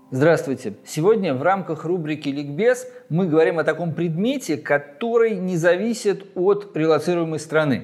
Здравствуйте! Сегодня в рамках рубрики «Ликбез» мы говорим о таком предмете, который не зависит от релоцируемой страны.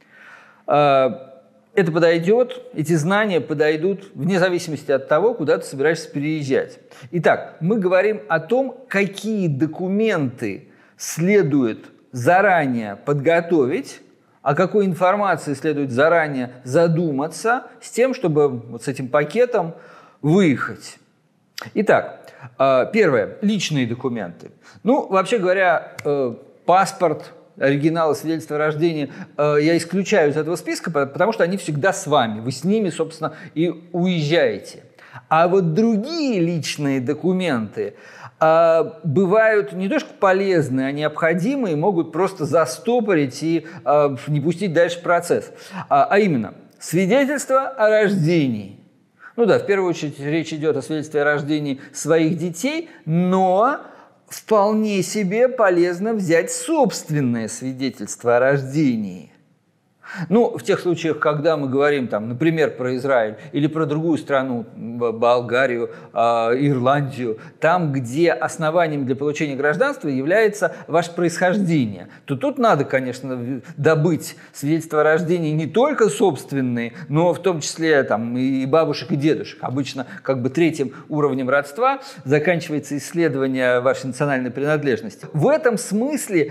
Это подойдет, эти знания подойдут вне зависимости от того, куда ты собираешься переезжать. Итак, мы говорим о том, какие документы следует заранее подготовить, о какой информации следует заранее задуматься с тем, чтобы вот с этим пакетом выехать. Итак, первое – личные документы. Ну, вообще говоря, паспорт, оригиналы, свидетельства о рождении я исключаю из этого списка, потому что они всегда с вами. Вы с ними, собственно, и уезжаете. А вот другие личные документы бывают не только полезны, а необходимы и могут просто застопорить и не пустить дальше процесс. А именно, свидетельство о рождении. Ну да, в первую очередь речь идет о свидетельстве о рождении своих детей, но вполне себе полезно взять собственное свидетельство о рождении. Ну, в тех случаях, когда мы говорим, там, например, про Израиль или про другую страну, Болгарию, Ирландию, там, где основанием для получения гражданства является ваше происхождение, то тут надо, конечно, добыть свидетельство о рождении не только собственные, но в том числе там, и бабушек, и дедушек. Обычно как бы третьим уровнем родства заканчивается исследование вашей национальной принадлежности. В этом смысле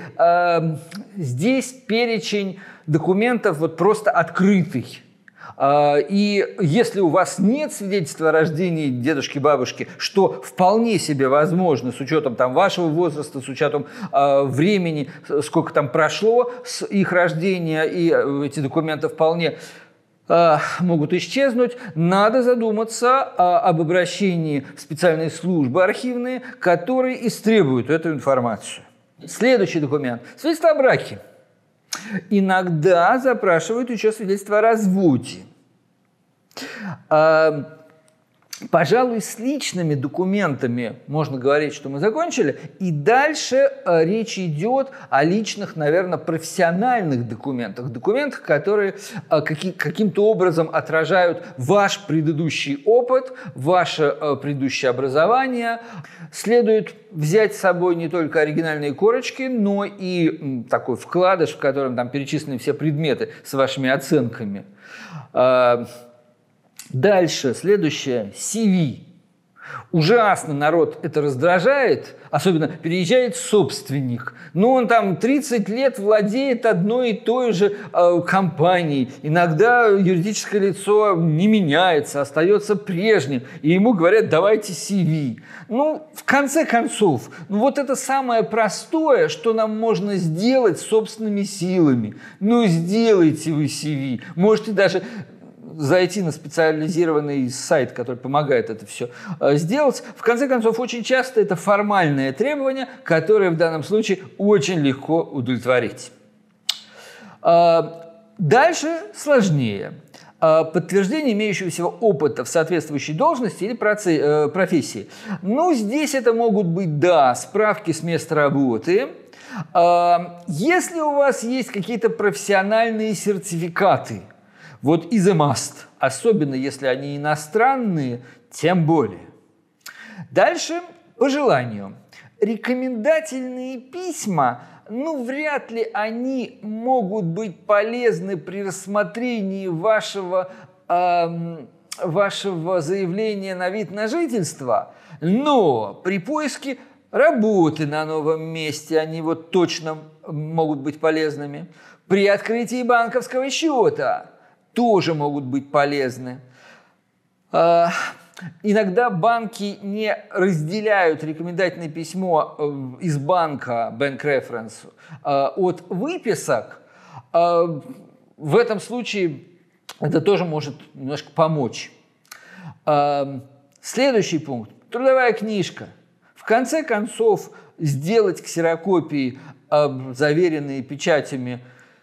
здесь перечень документов вот просто открытый. И если у вас нет свидетельства о рождении дедушки, бабушки, что вполне себе возможно с учетом там, вашего возраста, с учетом времени, сколько там прошло с их рождения, и эти документы вполне могут исчезнуть, надо задуматься об обращении в специальные службы архивные, которые истребуют эту информацию. Следующий документ – свидетельство о браке. Иногда запрашивают еще свидетельство о разводе. Пожалуй, с личными документами можно говорить, что мы закончили. И дальше речь идет о личных, наверное, профессиональных документах. Документах, которые каким-то образом отражают ваш предыдущий опыт, ваше предыдущее образование. Следует взять с собой не только оригинальные корочки, но и такой вкладыш, в котором там перечислены все предметы с вашими оценками. Дальше, следующее, CV. Ужасно народ это раздражает, особенно переезжает собственник. Но он там 30 лет владеет одной и той же компанией. Иногда юридическое лицо не меняется, остается прежним. И ему говорят, давайте CV. Ну, в конце концов, вот это самое простое, что нам можно сделать собственными силами. Ну, сделайте вы CV. Можете даже зайти на специализированный сайт, который помогает это все сделать. В конце концов, очень часто это формальное требование, которое в данном случае очень легко удовлетворить. Дальше сложнее. Подтверждение имеющегося опыта в соответствующей должности или профессии. Ну, здесь это могут быть, да, справки с места работы. Если у вас есть какие-то профессиональные сертификаты, вот is a must, особенно если они иностранные, тем более. Дальше по желанию. Рекомендательные письма, ну, вряд ли они могут быть полезны при рассмотрении вашего заявления на вид на жительство, но при поиске работы на новом месте они вот точно могут быть полезными. При открытии банковского счета тоже могут быть полезны. Иногда банки не разделяют рекомендательное письмо из банка, bank reference, от выписок. В этом случае это тоже может немножко помочь. Следующий пункт – трудовая книжка. В конце концов, сделать ксерокопии, заверенные печатями,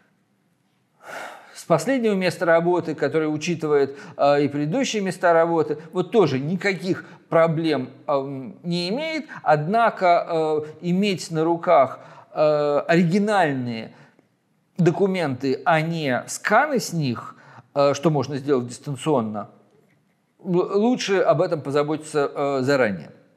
с последнего места работы, которое учитывает и предыдущие места работы, вот тоже никаких проблем не имеет, однако иметь на руках оригинальные документы, а не сканы с них, что можно сделать дистанционно, лучше об этом позаботиться заранее.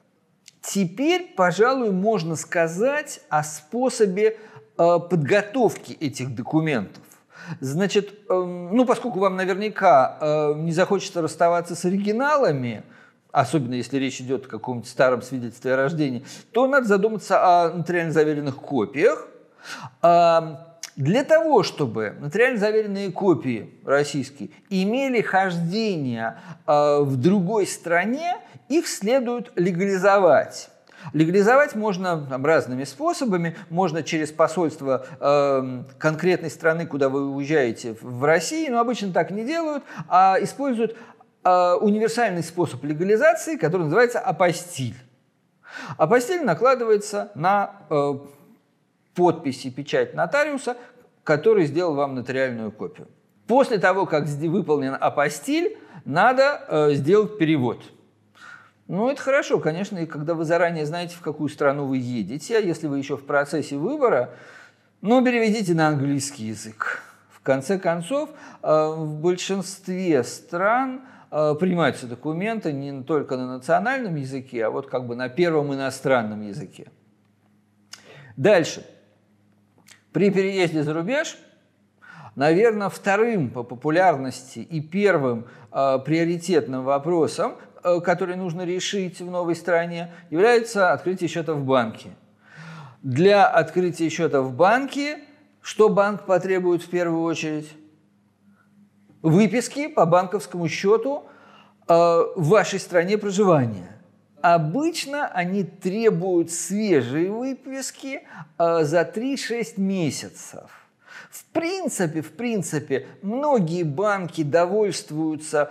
Теперь, пожалуй, можно сказать о способе подготовки этих документов. Значит, поскольку вам наверняка не захочется расставаться с оригиналами, особенно если речь идет о каком-нибудь старом свидетельстве о рождении, то надо задуматься о нотариально заверенных копиях. Для того, чтобы нотариально заверенные копии российские имели хождение в другой стране, их следует легализовать. Легализовать можно разными способами. Можно через посольство конкретной страны, куда вы уезжаете в России, но обычно так не делают, а используют универсальный способ легализации, который называется апостиль. Апостиль накладывается на подпись и печать нотариуса, который сделал вам нотариальную копию. После того, как выполнен апостиль, надо сделать перевод. Это хорошо, конечно, и когда вы заранее знаете, в какую страну вы едете, а если вы еще в процессе выбора, переведите на английский язык. В конце концов, в большинстве стран принимаются документы не только на национальном языке, а на первом иностранном языке. Дальше. При переезде за рубеж, наверное, вторым по популярности и первым приоритетным вопросом, который нужно решить в новой стране, является открытие счета в банке. Для открытия счета в банке что банк потребует в первую очередь? Выписки по банковскому счету в вашей стране проживания. Обычно они требуют свежие выписки за 3-6 месяцев. В принципе, многие банки довольствуются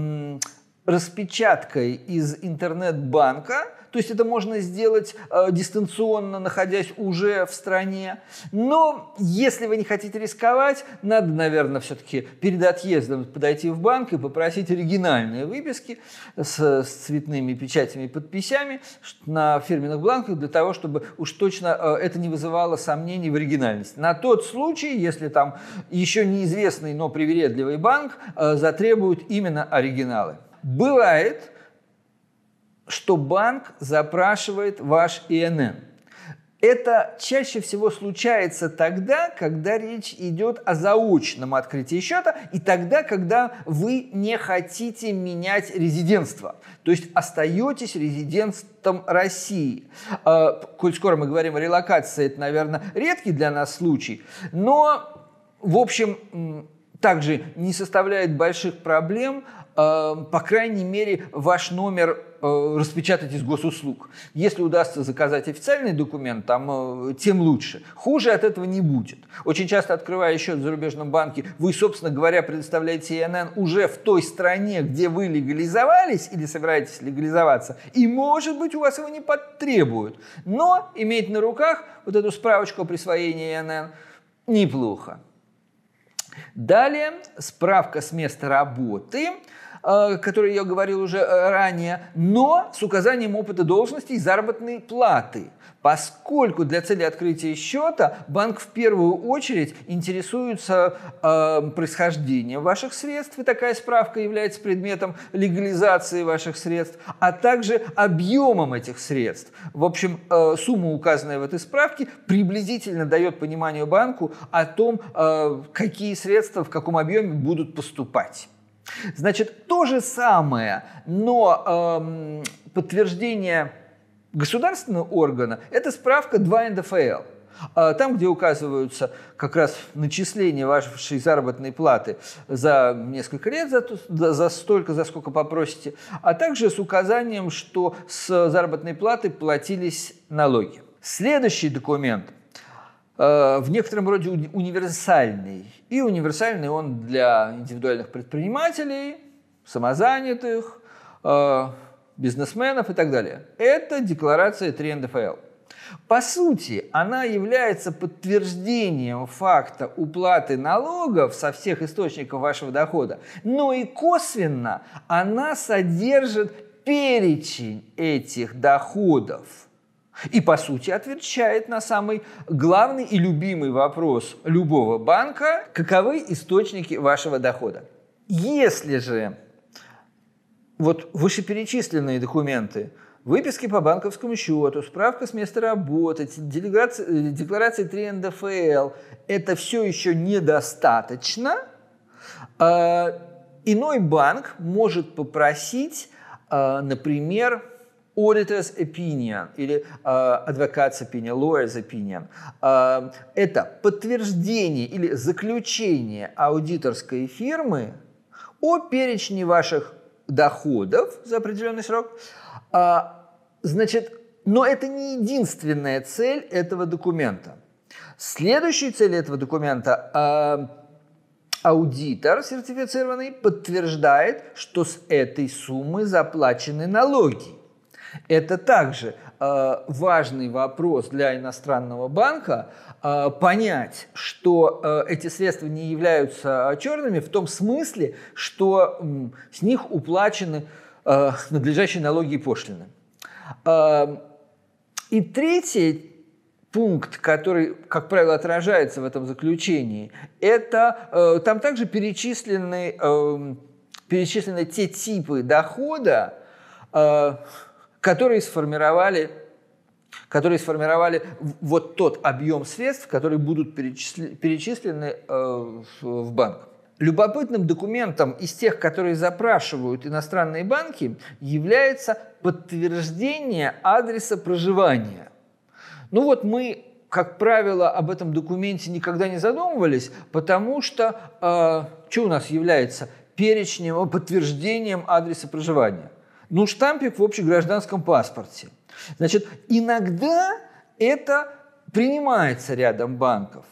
распечаткой из интернет-банка, то есть это можно сделать дистанционно, находясь уже в стране. Но если вы не хотите рисковать, надо, наверное, все-таки перед отъездом подойти в банк и попросить оригинальные выписки с цветными печатями и подписями на фирменных бланках, для того, чтобы уж точно это не вызывало сомнений в оригинальности. На тот случай, если там еще неизвестный, но привередливый банк затребует именно оригиналы. Бывает, что банк запрашивает ваш ИНН. Это чаще всего случается тогда, когда речь идет о заочном открытии счета, и тогда, когда вы не хотите менять резидентство, то есть остаетесь резидентом России. Коль скоро мы говорим о релокации, это, наверное, редкий для нас случай, но, в общем, также не составляет больших проблем, по крайней мере, ваш номер распечатать из госуслуг. Если удастся заказать официальный документ, тем лучше. Хуже от этого не будет. Очень часто, открывая счет в зарубежном банке, вы, собственно говоря, предоставляете ИНН уже в той стране, где вы легализовались или собираетесь легализоваться, и, может быть, у вас его не потребуют. Но иметь на руках эту справочку о присвоении ИНН неплохо. Далее справка с места работы, о которой я говорил уже ранее, но с указанием опыта должности и заработной платы, поскольку для цели открытия счета банк в первую очередь интересуется происхождением ваших средств, и такая справка является предметом легализации ваших средств, а также объемом этих средств. В общем, сумма, указанная в этой справке, приблизительно дает пониманию банку о том, какие средства в каком объеме будут поступать. Значит, то же самое, но подтверждение государственного органа – это справка 2 НДФЛ. Там, где указываются как раз начисления вашей заработной платы за несколько лет, за столько, за сколько попросите, а также с указанием, что с заработной платы платились налоги. Следующий документ в некотором роде универсальный. И универсальный он для индивидуальных предпринимателей, самозанятых, бизнесменов и так далее. Это декларация 3 НДФЛ. По сути, она является подтверждением факта уплаты налогов со всех источников вашего дохода, но и косвенно она содержит перечень этих доходов. И, по сути, отвечает на самый главный и любимый вопрос любого банка: каковы источники вашего дохода. Если же вышеперечисленные документы выписки по банковскому счету, справка с места работы, декларации 3 НДФЛ – это все еще недостаточно, иной банк может попросить, например, auditor's opinion или advocate's opinion, lawyer's opinion. Это подтверждение или заключение аудиторской фирмы о перечне ваших доходов за определенный срок. Значит, но это не единственная цель этого документа. Следующая цель этого документа аудитор сертифицированный подтверждает, что с этой суммы заплачены налоги. Это также важный вопрос для иностранного банка, понять, что эти средства не являются черными в том смысле, что с них уплачены надлежащие налоги и пошлины. И третий пункт, который, как правило, отражается в этом заключении, это там также перечислены те типы дохода, которые сформировали вот тот объем средств, которые будут перечислены в банк. Любопытным документом из тех, которые запрашивают иностранные банки, является подтверждение адреса проживания. Ну вот мы, как правило, об этом документе никогда не задумывались, потому что что у нас является перечнем, подтверждением адреса проживания? Ну, штампик в общегражданском паспорте. Значит, иногда это принимается рядом банков,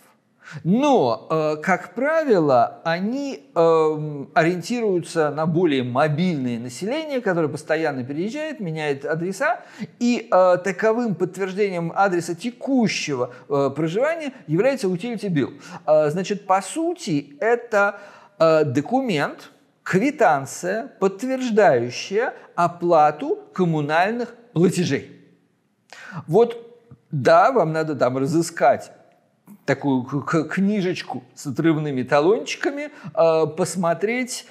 но, как правило, они ориентируются на более мобильное население, которое постоянно переезжает, меняет адреса, и таковым подтверждением адреса текущего проживания является utility bill. Значит, по сути, это документ, квитанция, подтверждающая оплату коммунальных платежей. Вот, да, вам надо там разыскать такую книжечку с отрывными талончиками, посмотреть,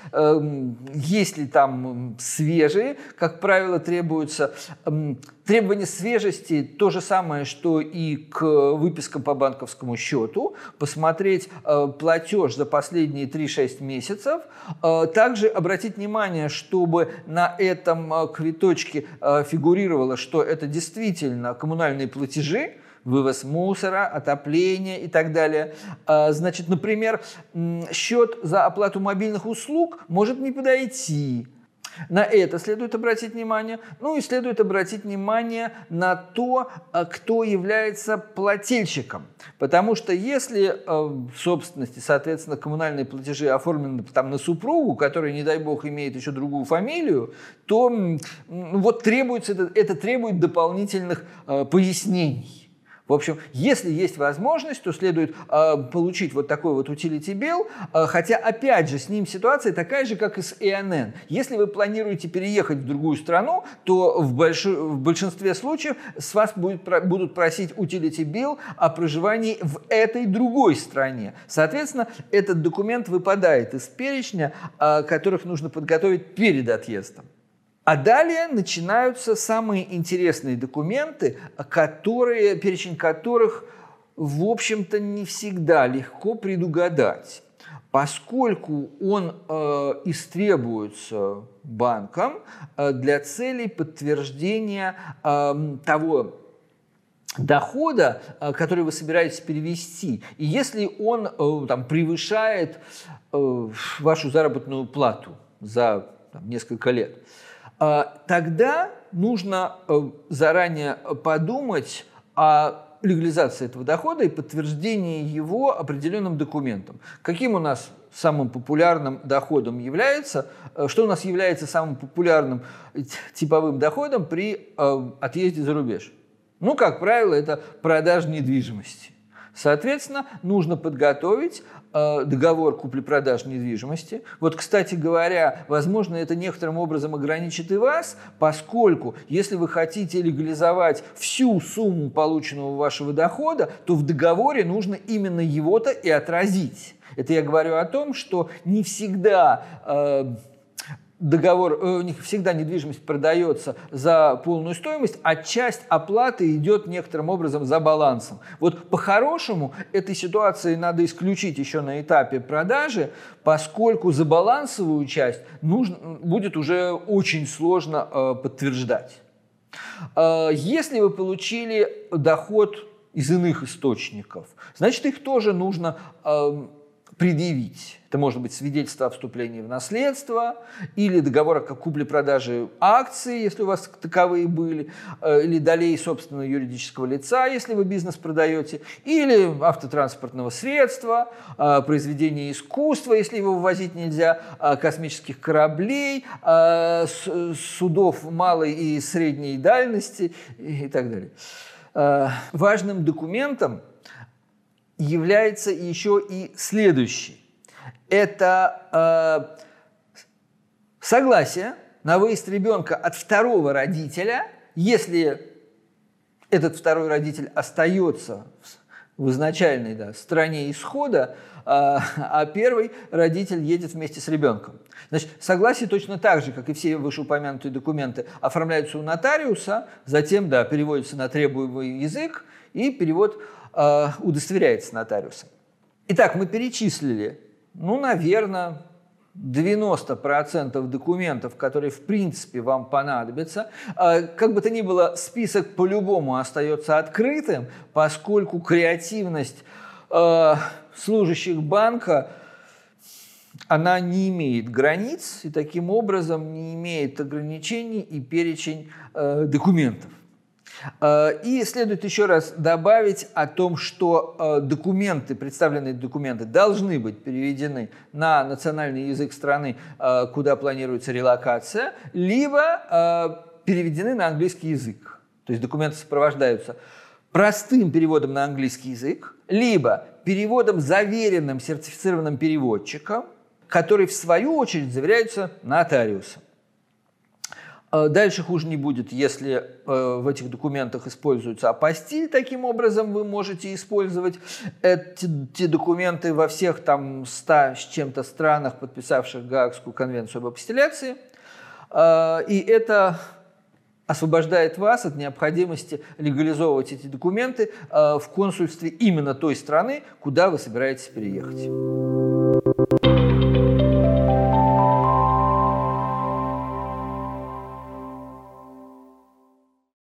есть ли там свежие. Как правило, требуется требование свежести то же самое, что и к выпискам по банковскому счету. Посмотреть платеж за последние 3-6 месяцев. Также обратить внимание, чтобы на этом квиточке фигурировало, что это действительно коммунальные платежи, вывоз мусора, отопление и так далее. Значит, например, счет за оплату мобильных услуг может не подойти. На это следует обратить внимание. Ну и следует обратить внимание на то, кто является плательщиком. Потому что если в собственности, соответственно, коммунальные платежи оформлены там на супругу, которая, не дай бог, имеет еще другую фамилию, то вот это требует дополнительных пояснений. В общем, если есть возможность, то следует получить вот такой вот utility bill, хотя, опять же, с ним ситуация такая же, как и с ИНН. Если вы планируете переехать в другую страну, то в большинстве случаев с вас будут просить utility bill о проживании в этой другой стране. Соответственно, этот документ выпадает из перечня, которых нужно подготовить перед отъездом. А далее начинаются самые интересные документы, перечень которых, в общем-то, не всегда легко предугадать, поскольку он истребуется банком для целей подтверждения того дохода, который вы собираетесь перевести. И если он превышает вашу заработную плату за несколько лет, тогда нужно заранее подумать о легализации этого дохода и подтверждении его определенным документом. Каким у нас самым популярным доходом является, что у нас является самым популярным типовым доходом при отъезде за рубеж? Ну, как правило, это продажа недвижимости. Соответственно, нужно подготовить договор купли-продажи недвижимости. Вот, кстати говоря, возможно, это некоторым образом ограничит и вас, поскольку, если вы хотите легализовать всю сумму полученного вашего дохода, то в договоре нужно именно его-то и отразить. Это я говорю о том, что не всегда договор, у них всегда недвижимость продается за полную стоимость, а часть оплаты идет некоторым образом за балансом. Вот по-хорошему этой ситуации надо исключить еще на этапе продажи, поскольку за балансовую часть будет уже очень сложно подтверждать. Если вы получили доход из иных источников, значит, их тоже нужно предъявить. Это может быть свидетельство о вступлении в наследство или договор о купле-продаже акций, если у вас таковые были, или долей собственного юридического лица, если вы бизнес продаете, или автотранспортного средства, произведения искусства, если его вывозить нельзя, космических кораблей, судов малой и средней дальности и так далее. Важным документом является еще и следующий. Это согласие на выезд ребенка от второго родителя, если этот второй родитель остается в изначальной стране исхода, а первый родитель едет вместе с ребенком. Значит, согласие точно так же, как и все вышеупомянутые документы, оформляются у нотариуса, затем переводятся на требуемый язык, и перевод удостоверяется нотариусом. Итак, мы перечислили, наверное, 90% документов, которые в принципе вам понадобятся. Как бы то ни было, список по-любому остается открытым, поскольку креативность служащих банка, она не имеет границ и таким образом не имеет ограничений и перечень документов. И следует еще раз добавить о том, что документы, представленные документы, должны быть переведены на национальный язык страны, куда планируется релокация, либо переведены на английский язык. То есть документы сопровождаются простым переводом на английский язык, либо переводом, заверенным сертифицированным переводчиком, который в свою очередь заверяется нотариусом. Дальше хуже не будет, если в этих документах используется апостиль. Таким образом, вы можете использовать эти документы во всех 100 с чем-то странах, подписавших Гаагскую конвенцию об апостиляции. И это освобождает вас от необходимости легализовывать эти документы в консульстве именно той страны, куда вы собираетесь переехать.